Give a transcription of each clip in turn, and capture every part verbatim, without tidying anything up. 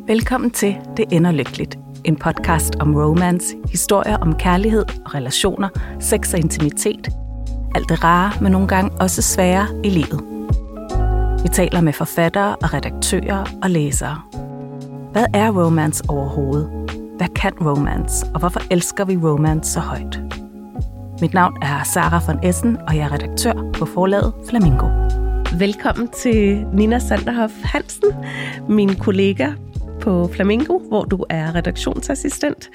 Velkommen til Det ender lykkeligt. En podcast om romance, historier om kærlighed og relationer, sex og intimitet. Alt det rare, men nogle gange også svære i livet. Vi taler med forfattere og redaktører og læsere. Hvad er romance overhovedet? Hvad kan romance, og hvorfor elsker vi romance så højt? Mit navn er Sara von Essen, og jeg er redaktør på forlaget Flamingo. Velkommen til Nina Sanderhoff Hansen, min kollega på Flamingo, hvor du er redaktionsassistent.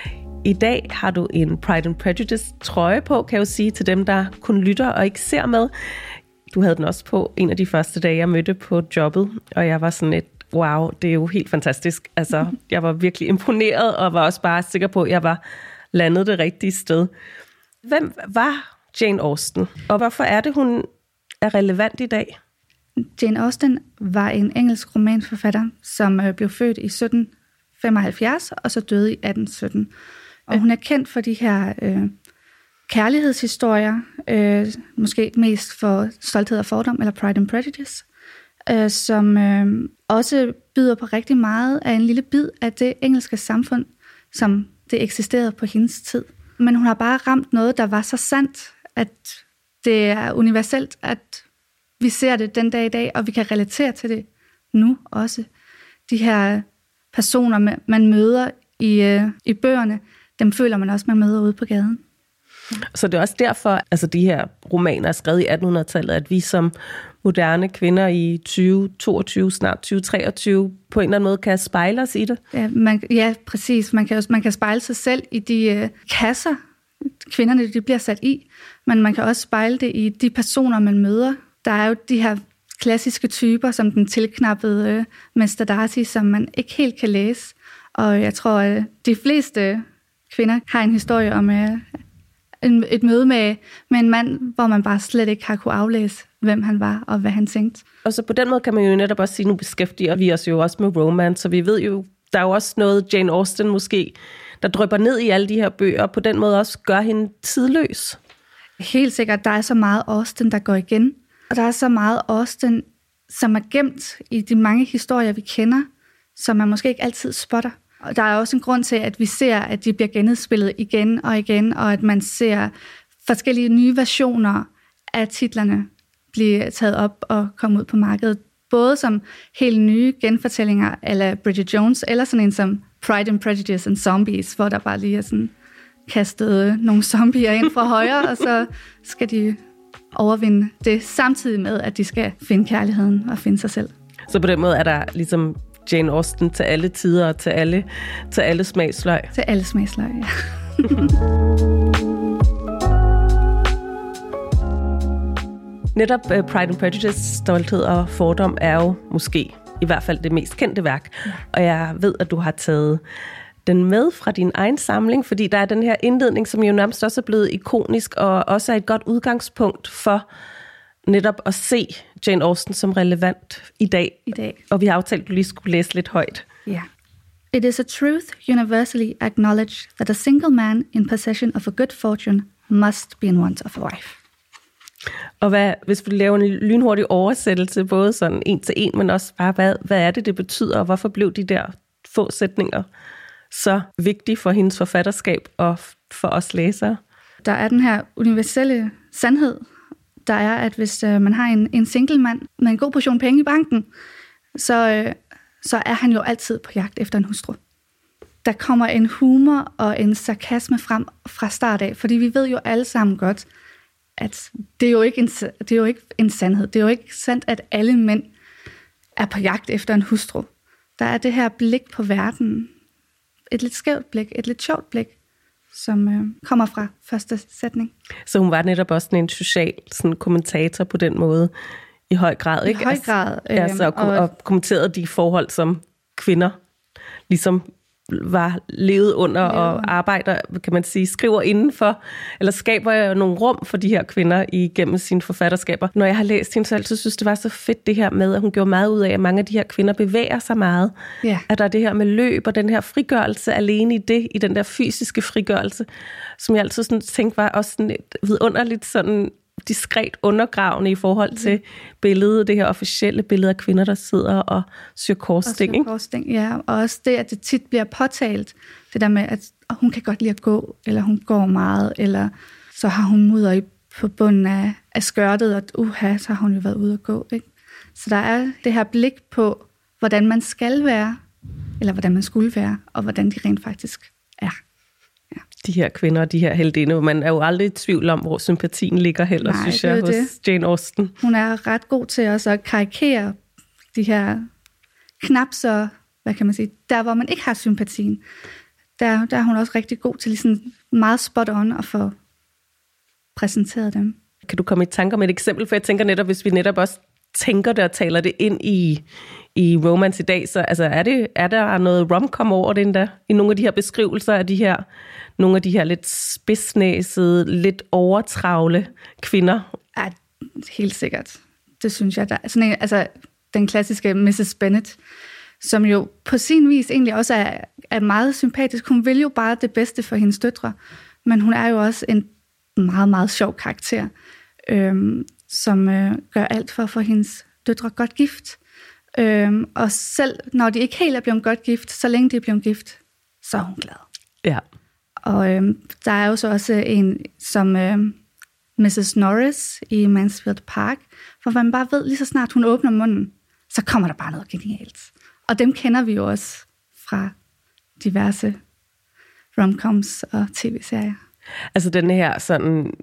I dag har du en Pride and Prejudice trøje på, kan jeg jo sige til dem, der kun lytter og ikke ser med. Du havde den også på en af de første dage, jeg mødte på jobbet, og jeg var sådan et, wow, det er jo helt fantastisk. Altså, jeg var virkelig imponeret, og var også bare sikker på, at jeg var landet det rigtige sted. Hvem var Jane Austen, og hvorfor er det, hun er relevant i dag? Jane Austen var en engelsk romanforfatter, som blev født i sytten femoghalvfjerds, og så døde i atten sytten. Og hun er kendt for de her øh, kærlighedshistorier, øh, måske mest for Stolthed og Fordom, eller Pride and Prejudice, øh, som øh, også byder på rigtig meget af en lille bid af det engelske samfund, som det eksisterede på hendes tid. Men hun har bare ramt noget, der var så sandt, at det er universelt, at vi ser det den dag i dag, og vi kan relatere til det nu også. De her personer, man møder i, i bøgerne, dem føler man også, man møder ude på gaden. Så det er også derfor, altså de her romaner er skrevet i attenhundredetallet, at vi som moderne kvinder i tyve toogtyve, snart tyve treogtyve, på en eller anden måde kan spejle os i det. Ja, man, ja præcis. Man kan, man kan spejle sig selv i de uh, kasser, kvinderne de bliver sat i, men man kan også spejle det i de personer, man møder. Der er jo de her klassiske typer, som den tilknappede uh, Mister Darcy, som man ikke helt kan læse. Og jeg tror, at de fleste kvinder har en historie om uh, en, et møde med, med en mand, hvor man bare slet ikke har kunne aflæse, hvem han var og hvad han tænkte. Og så på den måde kan man jo netop også sige, nu beskæftiger vi os jo også med romance, så vi ved jo, der er jo også noget Jane Austen måske, der drypper ned i alle de her bøger, og på den måde også gør hende tidløs. Helt sikkert, der er så meget Austen, der går igen. Og der er så meget Austen, som er gemt i de mange historier, vi kender, som man måske ikke altid spotter. Og der er også en grund til, at vi ser, at de bliver genudspillet igen og igen, og at man ser forskellige nye versioner af titlerne blive taget op og komme ud på markedet. Både som helt nye genfortællinger eller Bridget Jones, eller sådan en som Pride and Prejudice and Zombies, hvor der bare lige er sådan kastet nogle zombier ind fra højre, og så skal de overvinde det, samtidig med, at de skal finde kærligheden og finde sig selv. Så på den måde er der ligesom Jane Austen til alle tider og til alle, til alle smagsløg? Til alle smagsløg, ja. Netop uh, Pride and Prejudice, Stolthed og Fordom er jo måske i hvert fald det mest kendte værk. Ja. Og jeg ved, at du har taget den med fra din egen samling, fordi der er den her indledning, som jo nærmest også er blevet ikonisk, og også er et godt udgangspunkt for netop at se Jane Austen som relevant i dag. I dag. Og vi har aftalt, at du lige skulle læse lidt højt. Ja. Yeah. It is a truth universally acknowledged that a single man in possession of a good fortune must be in want of a wife. Og hvad, hvis vi laver en lynhurtig oversættelse, både sådan en til en, men også bare, hvad, hvad er det, det betyder, og hvorfor blev de der få sætninger så vigtige for hendes forfatterskab og for os læsere? Der er den her universelle sandhed, der er, at hvis øh, man har en, en single mand med en god portion penge i banken, så, øh, så er han jo altid på jagt efter en hustru. Der kommer en humor og en sarkasme frem fra start af, fordi vi ved jo alle sammen godt, at det er jo ikke en, det er jo ikke en sandhed. Det er jo ikke sandt, at alle mænd er på jagt efter en hustru. Der er det her blik på verden, et lidt skævt blik, et lidt sjovt blik, som øh, kommer fra første sætning. Så hun var netop også en social sådan, kommentator på den måde, i høj grad, ikke? I høj grad. Øh, altså, og, og, og kommenterede de forhold, som kvinder ligesom var levet under ja. Og arbejder, kan man sige, skriver indenfor, eller skaber nogle rum for de her kvinder igennem sine forfatterskaber. Når jeg har læst hende, så altid synes det var så fedt det her med, at hun gjorde meget ud af, at mange af de her kvinder bevæger sig meget. Ja. At der er det her med løb og den her frigørelse alene i det, i den der fysiske frigørelse, som jeg altid sådan tænkte var også sådan et vidunderligt sådan diskret undergravende i forhold til billedet, det her officielle billede af kvinder, der sidder og syr korsting. Og korsting, ja. Og også det, at det tit bliver påtalt. Det der med, at hun kan godt lide at gå, eller hun går meget, eller så har hun mudder i, på bunden af, af skørtet, og uha, så har hun jo været ude at gå. Ikke? Så der er det her blik på, hvordan man skal være, eller hvordan man skulle være, og hvordan de rent faktisk er. Ja. De her kvinder og de her heldinder, man er jo aldrig i tvivl om, hvor sympatien ligger heller, Nej, synes jeg, hos det. Jane Austen. Hun er ret god til også at karikere de her knap så, hvad kan man sige, der hvor man ikke har sympatien. Der, der er hun også rigtig god til ligesom meget spot on at få præsenteret dem. Kan du komme i tanke om et eksempel? For jeg tænker netop, hvis vi netop også tænker det og taler det ind i, i romance i dag, så altså, er, det, er der noget rom-com over det endda? I nogle af de her beskrivelser af de her, nogle af de her lidt spidsnæsede, lidt overtravle kvinder? Ja, helt sikkert. Det synes jeg. Der er sådan en, altså, den klassiske missus Bennet, som jo på sin vis egentlig også er, er meget sympatisk. Hun vil jo bare det bedste for hendes døtre, men hun er jo også en meget, meget sjov karakter, øhm, som øh, gør alt for at få hendes døtre godt gift. Øhm, og selv når de ikke helt er blevet godt gift, så længe de er blevet gift, så er hun glad. Ja. Og øhm, der er jo så også en som øhm, missus Norris i Mansfield Park, hvor man bare ved, lige så snart hun åbner munden, så kommer der bare noget genialt. Og dem kender vi jo også fra diverse romcoms og tv-serier. Altså den her sådan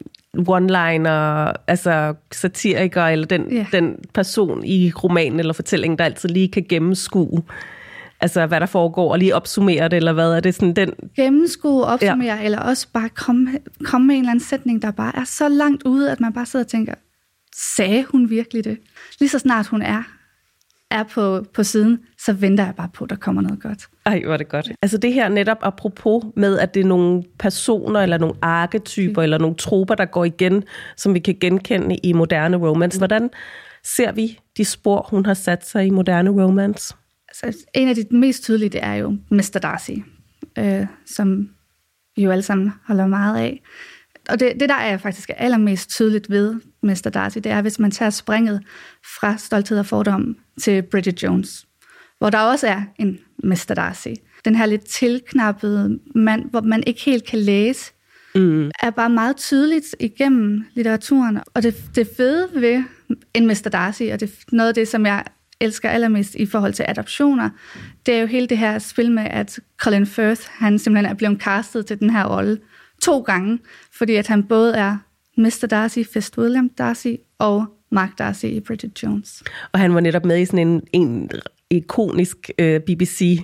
one-liner, altså satiriker, eller den, yeah. den person i romanen eller fortællingen, der altid lige kan gennemskue, altså hvad der foregår, og lige opsummere det, eller hvad er det sådan den... Gennemskue, opsummere, ja. Eller også bare komme, komme med en eller anden sætning, der bare er så langt ude, at man bare sidder og tænker, sagde hun virkelig det? Lige så snart hun er er på, på siden, så venter jeg bare på, at der kommer noget godt. Ej, hvor er det godt. Altså det her netop apropos med, at det er nogle personer, eller nogle arketyper, okay. eller nogle troper, der går igen, som vi kan genkende i moderne romance. Hvordan ser vi de spor, hun har sat sig i moderne romance? Altså, en af de mest tydelige, det er jo mister Darcy, øh, som vi jo alle sammen holder meget af. Og det, det der er faktisk allermest tydeligt ved mister Darcy, det er, hvis man tager springet fra Stolthed og Fordom til Bridget Jones, hvor der også er en mister Darcy. Den her lidt tilknappede mand, hvor man ikke helt kan læse, mm. er bare meget tydeligt igennem litteraturen. Og det, det fede ved en mister Darcy, og det noget af det, som jeg elsker allermest i forhold til adoptioner, det er jo hele det her spil med, at Colin Firth, han simpelthen er blevet castet til den her rolle to gange, fordi at han både er mister Darcy, Fist William Darcy og Mark Darcy i Bridget Jones. Og han var netop med i sådan en, en ikonisk øh, B B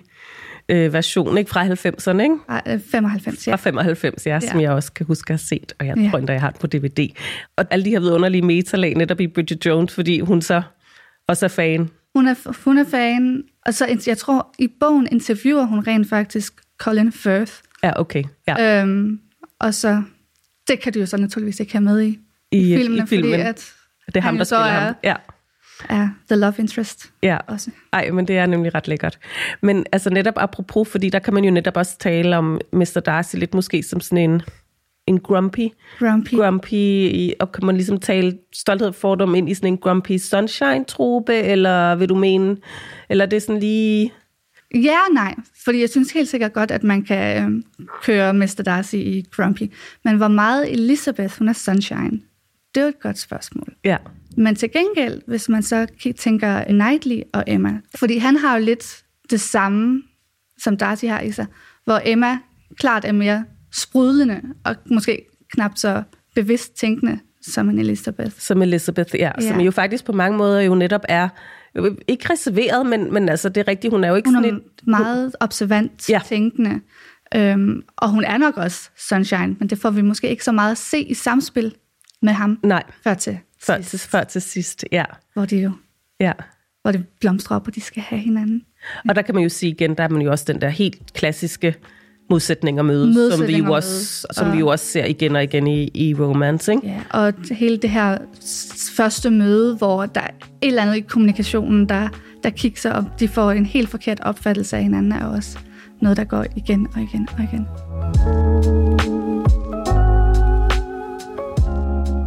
C-version, øh, ikke? Fra halvfemserne, ikke? Fra femoghalvfems, ja. Fra femoghalvfems, ja, ja, som jeg også kan huske at have set, og jeg ja. tror endda, jeg har den på D V D. Og alle de her vidunderlige metalag netop i Bridget Jones, fordi hun så også er fan. Hun er, hun er fan, og så jeg tror, i bogen interviewer hun rent faktisk Colin Firth. Ja, okay. Ja. Øhm, og så, det kan du jo så naturligvis ikke have med i, I filmene, i filmen. Fordi at det er ham, der spiller er, ham. Ja. er the love interest ja. også. Ej, men det er nemlig ret lækkert. Men altså netop apropos, fordi der kan man jo netop også tale om mister Darcy lidt måske som sådan en, en grumpy. Grumpy. Grumpy, og kan man ligesom tale Stolthed og Fordom ind i sådan en grumpy sunshine-trope, eller vil du mene, eller det er sådan lige... Ja, nej. Fordi jeg synes helt sikkert godt, at man kan øh, køre mister Darcy i grumpy. Men hvor meget Elizabeth, hun er sunshine? Det er jo et godt spørgsmål. Ja. Men til gengæld, hvis man så tænker Knightley og Emma, fordi han har jo lidt det samme, som Darcy har i sig, hvor Emma klart er mere sprudlende, og måske knap så bevidst tænkende som en Elizabeth. Som Elizabeth, ja. ja. Som jo faktisk på mange måder jo netop er, jo ikke reserveret, men, men altså det er rigtigt, hun er jo ikke hun sådan er et... meget observant ja. tænkende, øhm, og hun er nok også sunshine, men det får vi måske ikke så meget at se i samspil med ham. Nej. Før til før sidst. Til, før til sidst, ja. Hvor de jo... Ja. Hvor det blomstrer op, og de skal have hinanden. Og der kan man jo sige igen, der er man jo også den der helt klassiske modsætning og møde, som, vi jo, også, som vi jo også ser igen og igen i, i romance, ikke? Ja, og hele det her første møde, hvor der er et eller andet i kommunikationen, der, der kikser, og de får en helt forkert opfattelse af hinanden, er også noget, der går igen og igen og igen.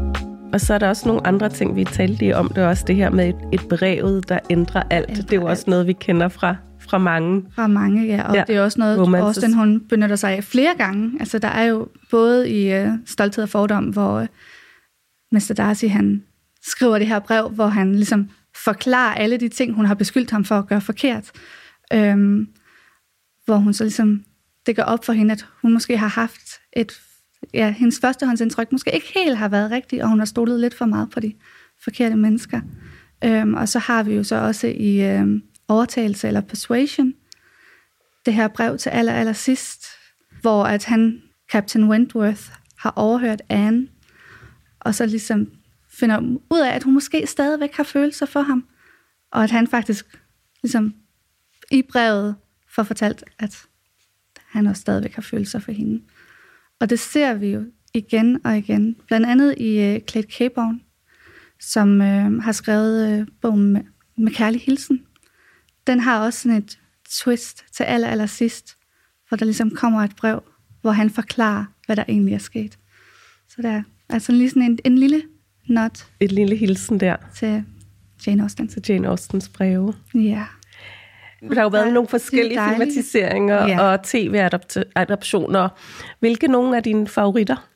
Og så er der også nogle andre ting, vi talte lige om. Det er også det her med et, et brevet, der ændrer alt. Ændrer det er jo også alt. Noget, vi kender fra, fra mange. Fra mange, ja. Og ja. Det er også noget, Romances. Austen hun benytter sig af flere gange. Altså, der er jo både i uh, Stolthed og Fordom, hvor uh, mister Darcy, han skriver det her brev, hvor han ligesom forklarer alle de ting, hun har beskyldt ham for at gøre forkert. Øhm, hvor hun så ligesom, det går op for hende, at hun måske har haft et, ja, hendes førstehåndsindtryk måske ikke helt har været rigtigt, og hun har stolet lidt for meget på de forkerte mennesker. Øhm, og så har vi jo så også i øhm, overtagelse eller persuasion, det her brev til aller, aller sidst, hvor at han, Captain Wentworth, har overhørt Anne, og så ligesom finder ud af, at hun måske stadigvæk har følelser for ham, og at han faktisk ligesom i brevet får fortalt, at han også stadigvæk har følelser for hende. Og det ser vi jo igen og igen. Blandt andet i uh, Clayton Cabourn, som uh, har skrevet uh, bogen med, med kærlig hilsen. Den har også sådan et twist til aller, aller sidst, hvor der ligesom kommer et brev, hvor han forklarer, hvad der egentlig er sket. Så der er altså lige sådan en, en lille not. Et lille hilsen der. Til Jane Austen. Til Jane Austens breve. Ja. Der har jo været nogle forskellige filmatiseringer ja. og tv-adaptioner. Hvilke nogle af dine favoritter?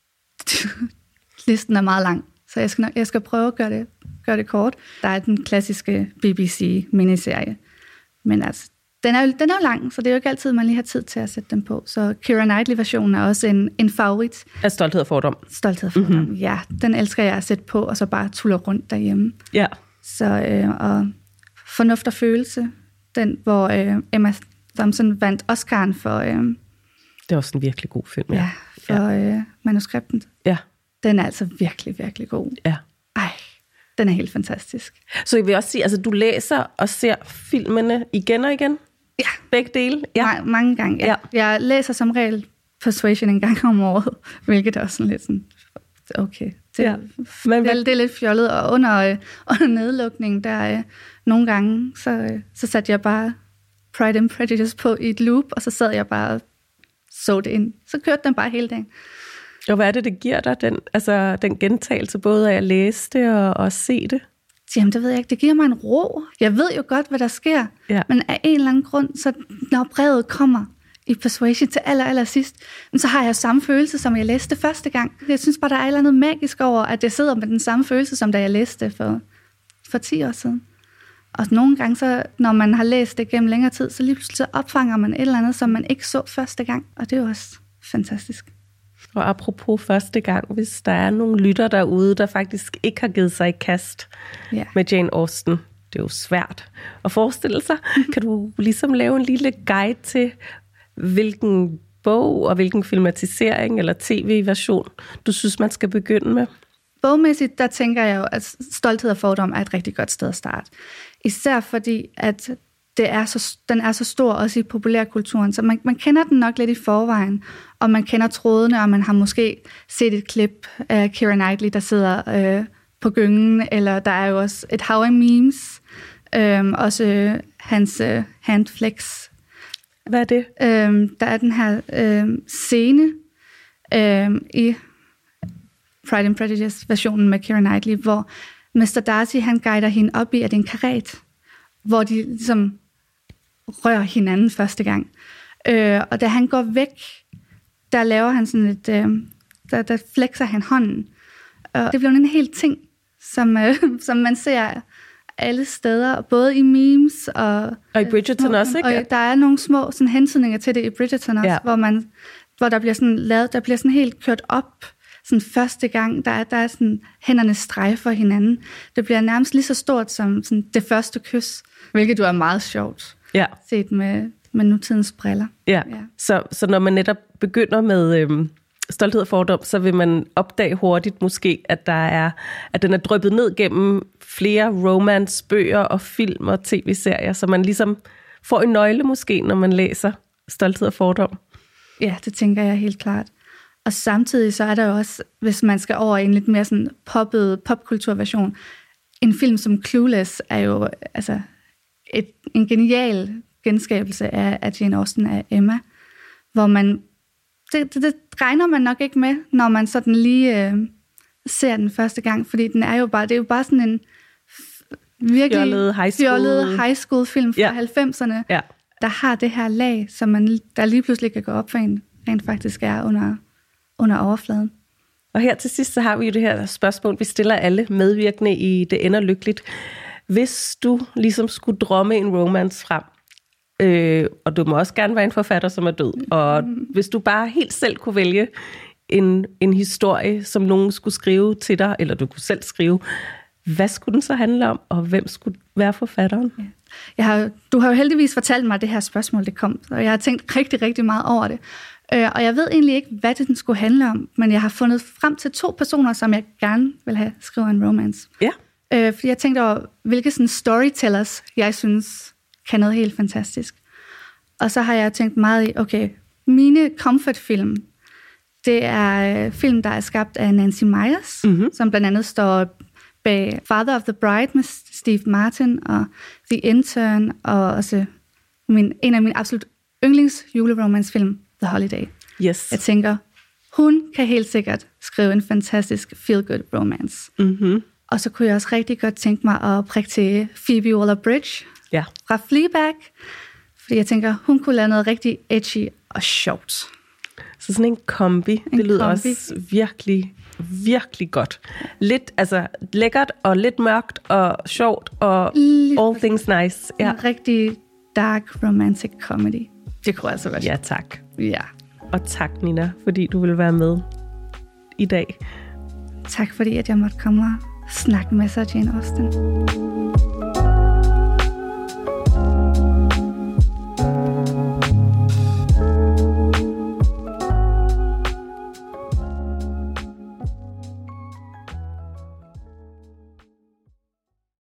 Listen er meget lang, så jeg skal, nok, jeg skal prøve at gøre det, gøre det kort. Der er den klassiske B B C-miniserie. Men altså, den er, jo, den er jo lang, så det er jo ikke altid, man lige har tid til at sætte den på. Så Keira Knightley-versionen er også en, en favorit. Af Stolthed og Fordom. Stolthed og Fordom, mm-hmm. ja. Den elsker jeg at sætte på, og så bare tuller rundt derhjemme. Ja. Så, øh, og Fornuft og Følelse, den, hvor øh, Emma Thompson vandt Oscar'en for... Øh, det er også en virkelig god film, ja. Ja, for ja. Øh, manuskripten. Ja. Den er altså virkelig, virkelig god. Ja. Ej, den er helt fantastisk. Så jeg vil også sige, altså du læser og ser filmene igen og igen? Ja. Begge dele? Ja. Ma- mange gange, ja. ja. Jeg læser som regel Persuasion en gang om året, hvilket er også sådan lidt sådan... Okay, det, ja. Men, det, er, det er lidt fjollet, og under, øh, under nedlukningen, der øh, nogle gange, så, øh, så satte jeg bare Pride and Prejudice på i et loop, og så sad jeg bare og så det ind. Så kørte den bare hele dagen. Og hvad er det, det giver dig, den, altså, den gentagelse, både af at læse det og, og se det? Jamen, det ved jeg ikke. Det giver mig en ro. Jeg ved jo godt, hvad der sker, ja. Men af en eller anden grund, så når brevet kommer i Persuasion til aller, aller sidst, så har jeg samme følelse, som jeg læste første gang. Jeg synes bare, der er et eller andet magisk over, at jeg sidder med den samme følelse, som da jeg læste for, for ti år siden. Og nogle gange, så, når man har læst det gennem længere tid, så lige pludselig så opfanger man et eller andet, som man ikke så første gang. Og det er jo også fantastisk. Og apropos første gang, hvis der er nogle lytter derude, der faktisk ikke har givet sig i kast ja. med Jane Austen, det er jo svært at forestille sig. Kan du ligesom lave en lille guide til, hvilken bog og hvilken filmatisering eller tv-version, du synes, man skal begynde med? Bogmæssigt, der tænker jeg jo, at Stolthed og Fordom er et rigtig godt sted at starte. Især fordi, at det er så, den er så stor også i populærkulturen, så man, man kender den nok lidt i forvejen, og man kender trådene, og man har måske set et klip af Keira Knightley, der sidder øh, på gyngen, eller der er jo også et hav af memes, øh, også øh, hans øh, handflex. Hvad er det? Øhm, der er den her øhm, scene øhm, i Pride and Prejudice-versionen med Keira Knightley, hvor mister Darcy, han guider hende op i, at det er en karet, hvor de ligesom rører hinanden første gang. Øh, og da han går væk, der laver han sådan et, øh, der, der flexer han hånden. Og det bliver en hel ting, som, øh, som man ser alle steder, både i memes og... Og i Bridgerton små, også, ikke? Og der er nogle små sådan, hentydninger til det i Bridgerton også, ja. hvor, man, hvor der bliver sådan lavet, der bliver sådan helt kørt op, sådan første gang, der er, der er sådan, hænderne strejfer hinanden. Det bliver nærmest lige så stort som sådan, det første kys, hvilket jo er meget sjovt, ja. set med, med nutidens briller. Ja, ja. Så, så når man netop begynder med... Øhm Stolthed og Fordom, så vil man opdage hurtigt måske, at der er, at den er dryppet ned gennem flere romance-bøger og film og tv-serier, så man ligesom får en nøgle måske, når man læser Stolthed og Fordom. Ja, det tænker jeg helt klart. Og samtidig så er der jo også, hvis man skal over i en lidt mere sådan poppet popkulturversion, en film som Clueless er jo altså et, en genial genskabelse af, af Jane Austen af Emma, hvor man Det, det, det regner man nok ikke med, når man sådan lige øh, ser den første gang, fordi den er jo bare, det er jo bare sådan en virkelig fjollet high school, fjollet high school film fra ja. halvfemserne, ja. der har det her lag, som man, der lige pludselig kan gå op for en, rent faktisk er under, under overfladen. Og her til sidst, så har vi jo det her spørgsmål, vi stiller alle medvirkende i Det ender lykkeligt. Hvis du ligesom skulle drømme en romance frem, øh, og du må også gerne være en forfatter, som er død, og mm. hvis du bare helt selv kunne vælge en, en historie, som nogen skulle skrive til dig, eller du kunne selv skrive, hvad skulle den så handle om, og hvem skulle være forfatteren? Ja. Jeg har, du har jo heldigvis fortalt mig, at det her spørgsmål det kom, og jeg har tænkt rigtig, rigtig meget over det. Øh, og jeg ved egentlig ikke, hvad det den skulle handle om, men jeg har fundet frem til to personer, som jeg gerne vil have skrevet en romance. Ja. Øh, fordi jeg tænkte over, hvilke sådan storytellers, jeg synes, kan noget helt fantastisk. Og så har jeg tænkt meget i, okay, mine comfort-film, det er film, der er skabt af Nancy Meyers, mm-hmm. som blandt andet står bag Father of the Bride med Steve Martin, og The Intern, og også min, en af mine absolut yndlings juleromansfilm, The Holiday. Yes. Jeg tænker, hun kan helt sikkert skrive en fantastisk feel-good romance. Mm-hmm. Og så kunne jeg også rigtig godt tænke mig at prikke til Phoebe Waller-Bridge ja. fra Fleabag, fordi jeg tænker, hun kunne lave noget rigtig edgy og sjovt. Så sådan en kombi, en det lyder kombi. også virkelig, virkelig godt. Lidt, altså lækkert og lidt mørkt og sjovt og Lidt all things nice. Ja. En rigtig dark romantic comedy. Det kunne altså være Ja, tak. Ja. Og tak, Nina, fordi du ville være med i dag. Tak fordi, at jeg måtte komme og snakke med sig, Jane Austen.